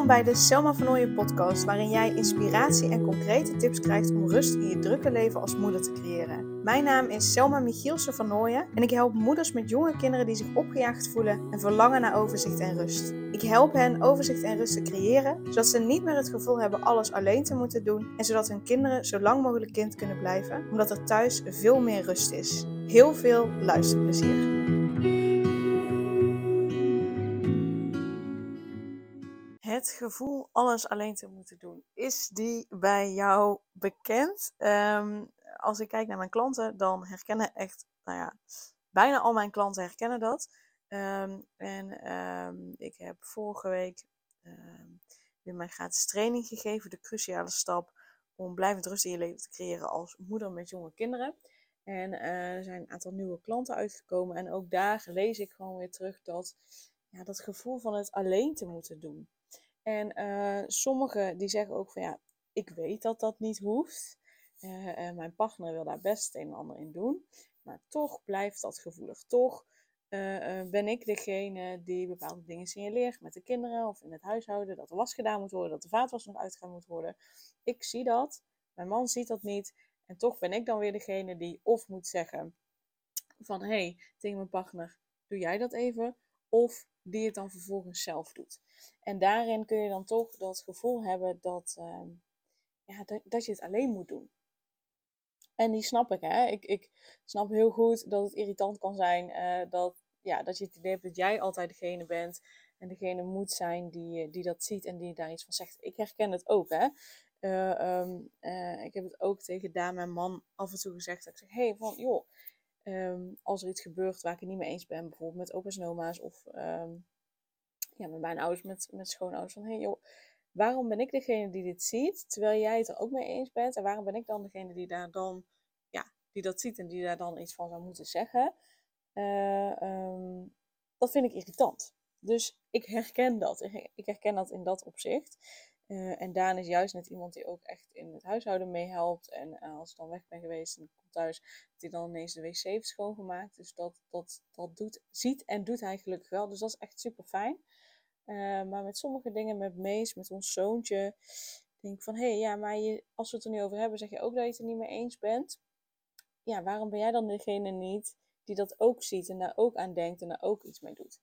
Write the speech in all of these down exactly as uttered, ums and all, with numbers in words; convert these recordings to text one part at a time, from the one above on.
bij de Selma van Nooijen podcast, waarin jij inspiratie en concrete tips krijgt om rust in je drukke leven als moeder te creëren. Mijn naam is Selma Michielsen van Nooijen en ik help moeders met jonge kinderen die zich opgejaagd voelen en verlangen naar overzicht en rust. Ik help hen overzicht en rust te creëren, zodat ze niet meer het gevoel hebben alles alleen te moeten doen en zodat hun kinderen zo lang mogelijk kind kunnen blijven, omdat er thuis veel meer rust is. Heel veel luisterplezier. Het gevoel alles alleen te moeten doen, is die bij jou bekend? Um, als ik kijk naar mijn klanten, dan herkennen echt, nou ja, bijna al mijn klanten herkennen dat. Um, en um, ik heb vorige week um, weer mijn gratis training gegeven, de cruciale stap om blijvend rust in je leven te creëren als moeder met jonge kinderen. En uh, er zijn een aantal nieuwe klanten uitgekomen en ook daar lees ik gewoon weer terug dat, ja, dat gevoel van het alleen te moeten doen. En uh, sommigen die zeggen ook van ja, ik weet dat dat niet hoeft. Uh, uh, mijn partner wil daar best het een en ander in doen. Maar toch blijft dat gevoelig. Toch uh, uh, ben ik degene die bepaalde dingen signaleert met de kinderen of in het huishouden. Dat er was gedaan moet worden, dat de vaatwas nog uitgegaan moet worden. Ik zie dat, mijn man ziet dat niet. En toch ben ik dan weer degene die of moet zeggen van hé, hey, tegen mijn partner, doe jij dat even? Of die het dan vervolgens zelf doet. En daarin kun je dan toch dat gevoel hebben dat, uh, ja, dat, dat je het alleen moet doen. En die snap ik, hè. Ik, ik snap heel goed dat het irritant kan zijn. Uh, dat, ja, dat je het idee hebt dat jij altijd degene bent. En degene moet zijn die, die dat ziet en die daar iets van zegt. Ik herken het ook, hè. Uh, um, uh, ik heb het ook tegen Daan, mijn man, af en toe gezegd. Dat ik zeg, hé, hey, van, joh. Um, als er iets gebeurt waar ik het niet mee eens ben. Bijvoorbeeld met opa's en oma's of... Um, ja, met mijn ouders, met, met schoonouders. Van, hé hey, joh, waarom ben ik degene die dit ziet, terwijl jij het er ook mee eens bent? En waarom ben ik dan degene die daar dan, ja, die dat ziet en die daar dan iets van zou moeten zeggen? Uh, um, dat vind ik irritant. Dus ik herken dat. Ik herken dat in dat opzicht. Uh, en Daan is juist net iemand die ook echt in het huishouden meehelpt. En uh, als ik dan weg ben geweest en ik kom thuis, dat hij dan ineens de wc heeft schoongemaakt. Dus dat, dat, dat doet, ziet en doet hij gelukkig wel. Dus dat is echt super fijn. Uh, maar met sommige dingen, met Mees, met ons zoontje, denk ik van, hé, hey, ja, maar je, als we het er nu over hebben, zeg je ook dat je het er niet mee eens bent. Ja, waarom ben jij dan degene niet die dat ook ziet en daar ook aan denkt en daar ook iets mee doet?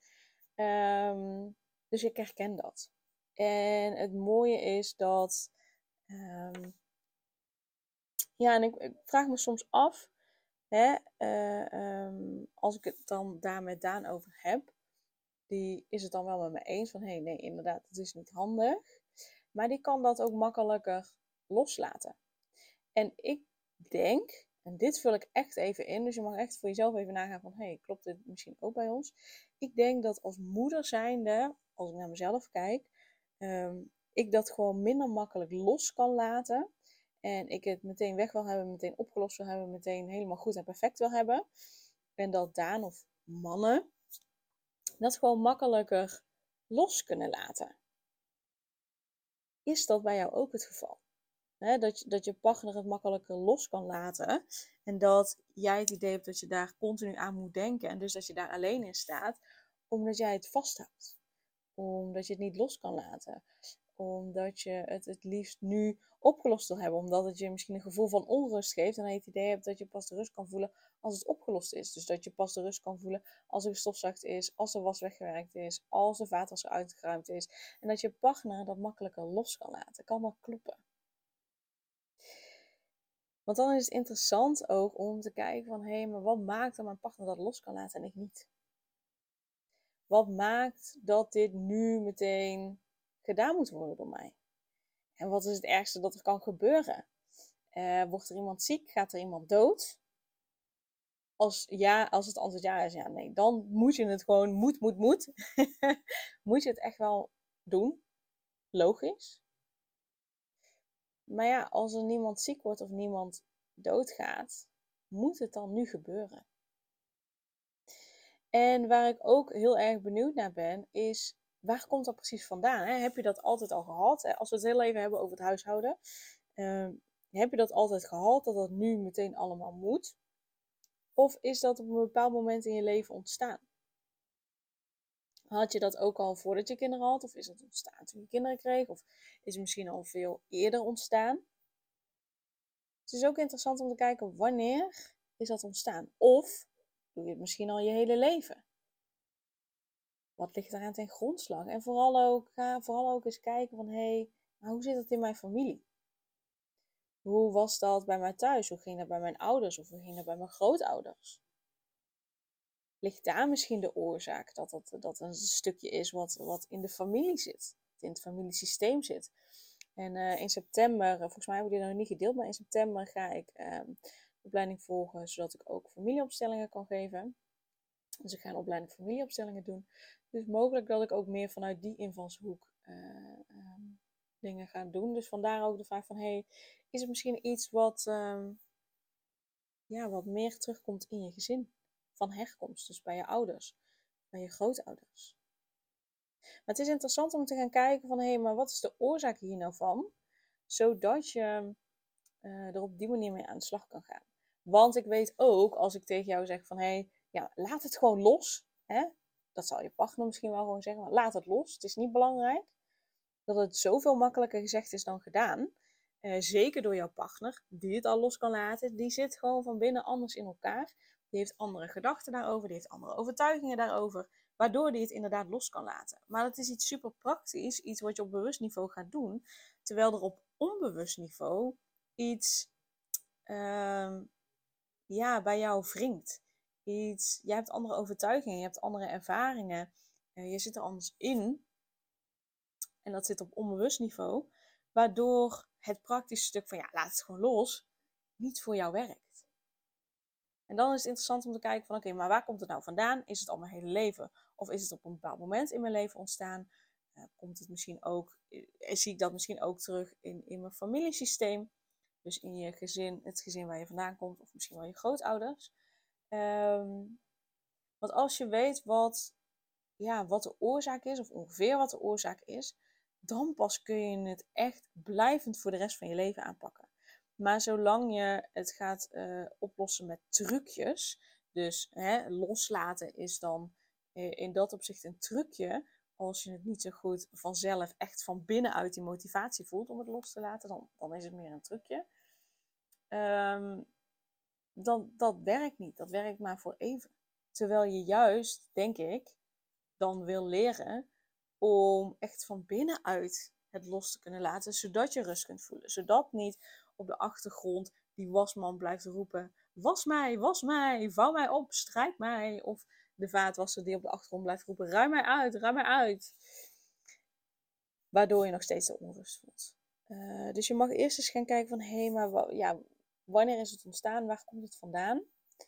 Um, dus ik herken dat. En het mooie is dat, um, ja, en ik, ik vraag me soms af, hè, uh, um, als ik het dan daar met Daan over heb, die is het dan wel met me eens van, hé, hey, nee, inderdaad, het is niet handig. Maar die kan dat ook makkelijker loslaten. En ik denk, en dit vul ik echt even in, dus je mag echt voor jezelf even nagaan van, hé, hey, klopt dit misschien ook bij ons? Ik denk dat als moeder zijnde, als ik naar mezelf kijk, um, ik dat gewoon minder makkelijk los kan laten. En ik het meteen weg wil hebben, meteen opgelost wil hebben, meteen helemaal goed en perfect wil hebben. En dat Daan of mannen dat gewoon makkelijker los kunnen laten. Is dat bij jou ook het geval? He, dat, je, dat je partner het makkelijker los kan laten. En dat jij het idee hebt dat je daar continu aan moet denken. En dus dat je daar alleen in staat. Omdat jij het vasthoudt. Omdat je het niet los kan laten. Omdat je het het liefst nu opgelost wil hebben. Omdat het je misschien een gevoel van onrust geeft. En dat je het idee hebt dat je pas de rust kan voelen als het opgelost is. Dus dat je pas de rust kan voelen als er gestofzuigd is. Als de was weggewerkt is. Als de vaatwas uitgeruimd is. En dat je partner dat makkelijker los kan laten. Kan dat kloppen? Want dan is het interessant ook om te kijken van... Hé, hey, maar wat maakt dat mijn partner dat los kan laten en ik niet? Wat maakt dat dit nu meteen gedaan moet worden door mij? En wat is het ergste dat er kan gebeuren? Uh, wordt er iemand ziek? Gaat er iemand dood? Als, ja, als het antwoord ja is, ja, nee. Dan moet je het gewoon, moet, moet, moet. Moet je het echt wel doen. Logisch. Maar ja, als er niemand ziek wordt of niemand doodgaat, moet het dan nu gebeuren? En waar ik ook heel erg benieuwd naar ben, is waar komt dat precies vandaan? Hè? Heb je dat altijd al gehad? Als we het heel even hebben over het huishouden. Uh, heb je dat altijd gehad, dat dat nu meteen allemaal moet? Of is dat op een bepaald moment in je leven ontstaan? Had je dat ook al voordat je kinderen had? Of is het ontstaan toen je kinderen kreeg? Of is het misschien al veel eerder ontstaan? Het is ook interessant om te kijken wanneer is dat ontstaan. Of doe je het misschien al je hele leven? Wat ligt daaraan ten grondslag? En vooral ook, ga vooral ook eens kijken van, hé, hey, maar hoe zit het in mijn familie? Hoe was dat bij mij thuis? Hoe ging dat bij mijn ouders? Of hoe ging dat bij mijn grootouders? Ligt daar misschien de oorzaak dat dat, dat een stukje is wat, wat in de familie zit? In het familiesysteem zit? En uh, in september, uh, volgens mij heb ik die nog niet gedeeld, maar in september ga ik uh, opleiding volgen, zodat ik ook familieopstellingen kan geven. Dus ik ga een opleiding familieopstellingen doen. Dus mogelijk dat ik ook meer vanuit die invalshoek uh, um, dingen ga doen. Dus vandaar ook de vraag van, hey, is het misschien iets wat, um, ja, wat meer terugkomt in je gezin? Van herkomst, dus bij je ouders, bij je grootouders. Maar het is interessant om te gaan kijken van, hé, hey, maar wat is de oorzaak hier nou van? Zodat je uh, er op die manier mee aan de slag kan gaan. Want ik weet ook, als ik tegen jou zeg van, hé, hey, ja, laat het gewoon los. Hè? Dat zal je partner misschien wel gewoon zeggen, maar laat het los. Het is niet belangrijk. Dat het zoveel makkelijker gezegd is dan gedaan. Uh, zeker door jouw partner, die het al los kan laten. Die zit gewoon van binnen anders in elkaar. Die heeft andere gedachten daarover, die heeft andere overtuigingen daarover. Waardoor die het inderdaad los kan laten. Maar dat is iets super praktisch, iets wat je op bewust niveau gaat doen. Terwijl er op onbewust niveau iets uh, ja, bij jou wringt. Iets, jij hebt andere overtuigingen, je hebt andere ervaringen. Uh, je zit er anders in. En dat zit op onbewust niveau. Waardoor het praktische stuk van ja, laat het gewoon los, niet voor jou werkt. En dan is het interessant om te kijken van oké, okay, maar waar komt het nou vandaan? Is het al mijn hele leven? Of is het op een bepaald moment in mijn leven ontstaan? Uh, komt het misschien ook, uh, zie ik dat misschien ook terug in, in mijn familiesysteem? Dus in je gezin, het gezin waar je vandaan komt, of misschien wel je grootouders. Um, want als je weet wat, ja, wat de oorzaak is, of ongeveer wat de oorzaak is, dan pas kun je het echt blijvend voor de rest van je leven aanpakken. Maar zolang je het gaat uh, oplossen met trucjes, dus hè, loslaten is dan uh, in dat opzicht een trucje. Als je het niet zo goed vanzelf echt van binnenuit die motivatie voelt om het los te laten, dan, dan is het meer een trucje. Um, dan, dat werkt niet. Dat werkt maar voor even. Terwijl je juist, denk ik, dan wil leren om echt van binnenuit het los te kunnen laten, zodat je rust kunt voelen. Zodat niet op de achtergrond die wasman blijft roepen, was mij, was mij, vouw mij op, strijk mij. Of de vaatwasser die op de achtergrond blijft roepen, ruim mij uit, ruim mij uit. Waardoor je nog steeds de onrust voelt. Uh, dus je mag eerst eens gaan kijken van, hé, hey, maar ja, wanneer is het ontstaan? Waar komt het vandaan?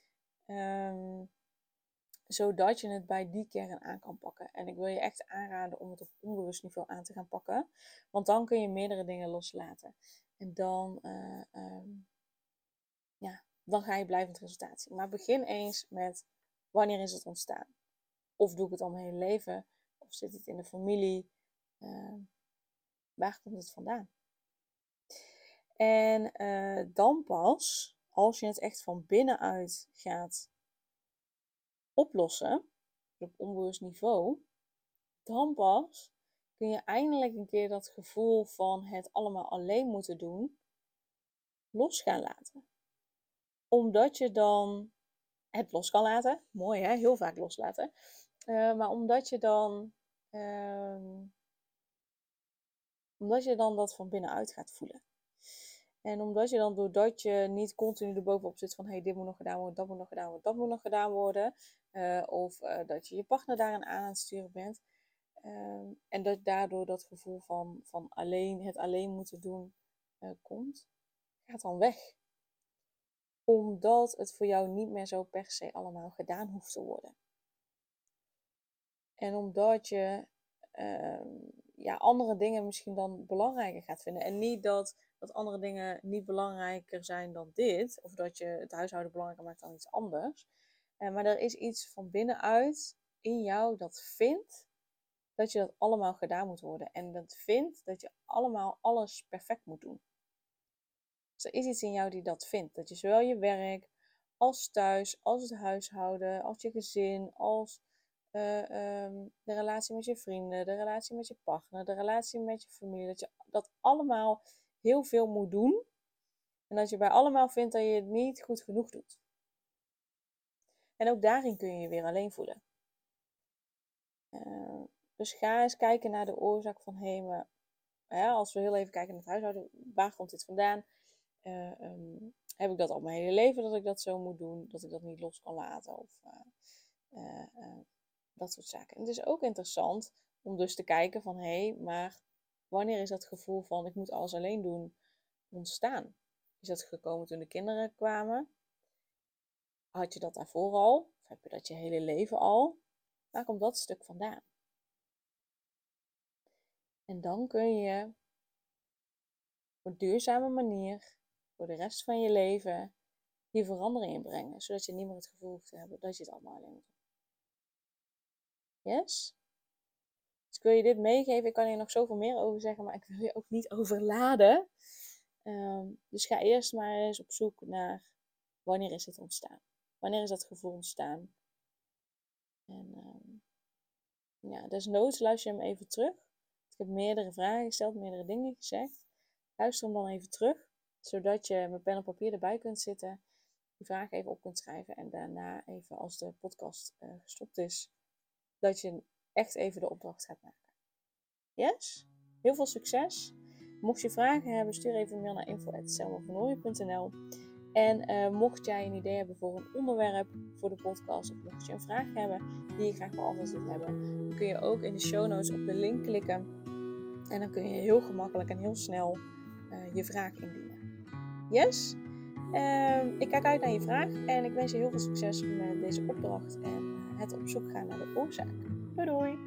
Um, zodat je het bij die kern aan kan pakken. En ik wil je echt aanraden om het op onbewust niveau aan te gaan pakken. Want dan kun je meerdere dingen loslaten. En dan, uh, um, ja, dan ga je blijvend resultaat zien. Maar begin eens met, wanneer is het ontstaan? Of doe ik het al mijn hele leven? Of zit het in de familie? Uh, waar komt het vandaan? En uh, dan pas, als je het echt van binnenuit gaat oplossen, op onbewust niveau, dan pas kun je eindelijk een keer dat gevoel van het allemaal alleen moeten doen, los gaan laten. Omdat je dan het los kan laten, mooi hè, heel vaak loslaten, uh, maar omdat je dan, uh, omdat je dan dat van binnenuit gaat voelen. En omdat je dan, doordat je niet continu erbovenop zit van, hé, hey, dit moet nog gedaan worden, dat moet nog gedaan worden, dat moet nog gedaan worden. Uh, of uh, dat je je partner daarin aan aan het sturen bent. Uh, en dat daardoor dat gevoel van, van alleen, het alleen moeten doen uh, komt, gaat dan weg. Omdat het voor jou niet meer zo per se allemaal gedaan hoeft te worden. En omdat je uh, ja, andere dingen misschien dan belangrijker gaat vinden. En niet dat, dat andere dingen niet belangrijker zijn dan dit. Of dat je het huishouden belangrijker maakt dan iets anders. Uh, maar er is iets van binnenuit in jou dat vindt dat je dat allemaal gedaan moet worden. En dat vindt dat je allemaal alles perfect moet doen. Dus er is iets in jou die dat vindt. Dat je zowel je werk, als thuis, als het huishouden, als je gezin, als uh, um, de relatie met je vrienden, de relatie met je partner, de relatie met je familie. Dat je dat allemaal heel veel moet doen. En dat je bij allemaal vindt dat je het niet goed genoeg doet. En ook daarin kun je je weer alleen voelen. Uh, dus ga eens kijken naar de oorzaak van hé, maar ja, als we heel even kijken naar het huishouden, waar komt dit vandaan? Uh, um, heb ik dat al mijn hele leven dat ik dat zo moet doen, dat ik dat niet los kan laten of uh, uh, uh, dat soort zaken. En het is ook interessant om dus te kijken van hé, maar wanneer is dat gevoel van ik moet alles alleen doen ontstaan? Is dat gekomen toen de kinderen kwamen? Had je dat daarvoor al? Of heb je dat je hele leven al? Waar komt dat stuk vandaan? En dan kun je op een duurzame manier voor de rest van je leven hier verandering in brengen. Zodat je niet meer het gevoel hoeft te hebben dat je het allemaal alleen moet doen. Yes? Dus ik wil je dit meegeven. Ik kan hier nog zoveel meer over zeggen, maar ik wil je ook niet overladen. Um, dus ga eerst maar eens op zoek naar wanneer is het ontstaan. Wanneer is dat gevoel ontstaan? En um, ja, desnoods luister je hem even terug. Ik heb meerdere vragen gesteld, meerdere dingen gezegd. Luister hem dan even terug, zodat je met pen en papier erbij kunt zitten, die vragen even op kunt schrijven en daarna even als de podcast uh, gestopt is, dat je echt even de opdracht gaat maken. Yes? Heel veel succes! Mocht je vragen hebben, stuur even een mail naar info at selmavernooyen punt n l. En uh, mocht jij een idee hebben voor een onderwerp voor de podcast, of mocht je een vraag hebben die je graag beantwoord wilt hebben, dan kun je ook in de show notes op de link klikken. En dan kun je heel gemakkelijk en heel snel uh, je vraag indienen. Yes? Uh, ik kijk uit naar je vraag en ik wens je heel veel succes met deze opdracht en het op zoek gaan naar de oorzaak. Doei doei!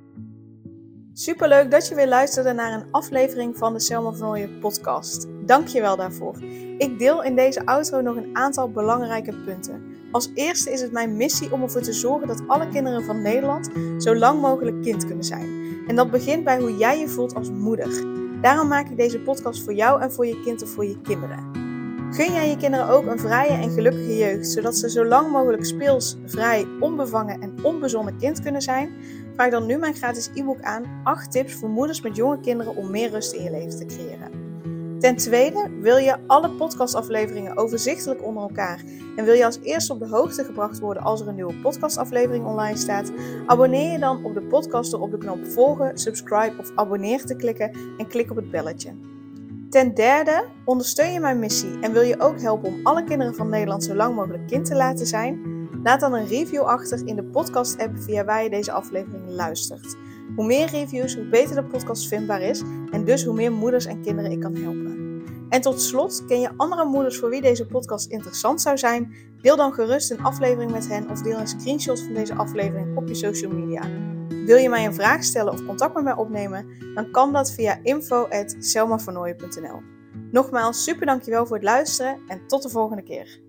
Superleuk dat je weer luisterde naar een aflevering van de Selma Vernooyen podcast. Dank je wel daarvoor. Ik deel in deze outro nog een aantal belangrijke punten. Als eerste is het mijn missie om ervoor te zorgen dat alle kinderen van Nederland zo lang mogelijk kind kunnen zijn. En dat begint bij hoe jij je voelt als moeder. Daarom maak ik deze podcast voor jou en voor je kind of voor je kinderen. Gun jij je kinderen ook een vrije en gelukkige jeugd, zodat ze zo lang mogelijk speels, vrij, onbevangen en onbezonnen kind kunnen zijn? Vraag dan nu mijn gratis e-book aan, acht tips voor moeders met jonge kinderen om meer rust in je leven te creëren. Ten tweede, wil je alle podcastafleveringen overzichtelijk onder elkaar en wil je als eerste op de hoogte gebracht worden als er een nieuwe podcastaflevering online staat? Abonneer je dan op de podcast door op de knop volgen, subscribe of abonneer te klikken en klik op het belletje. Ten derde, ondersteun je mijn missie en wil je ook helpen om alle kinderen van Nederland zo lang mogelijk kind te laten zijn? Laat dan een review achter in de podcast-app via waar je deze aflevering luistert. Hoe meer reviews, hoe beter de podcast vindbaar is en dus hoe meer moeders en kinderen ik kan helpen. En tot slot, ken je andere moeders voor wie deze podcast interessant zou zijn? Deel dan gerust een aflevering met hen of deel een screenshot van deze aflevering op je social media. Wil je mij een vraag stellen of contact met mij opnemen? Dan kan dat via info at selmavernooyen punt n l. Nogmaals, super dankjewel voor het luisteren en tot de volgende keer.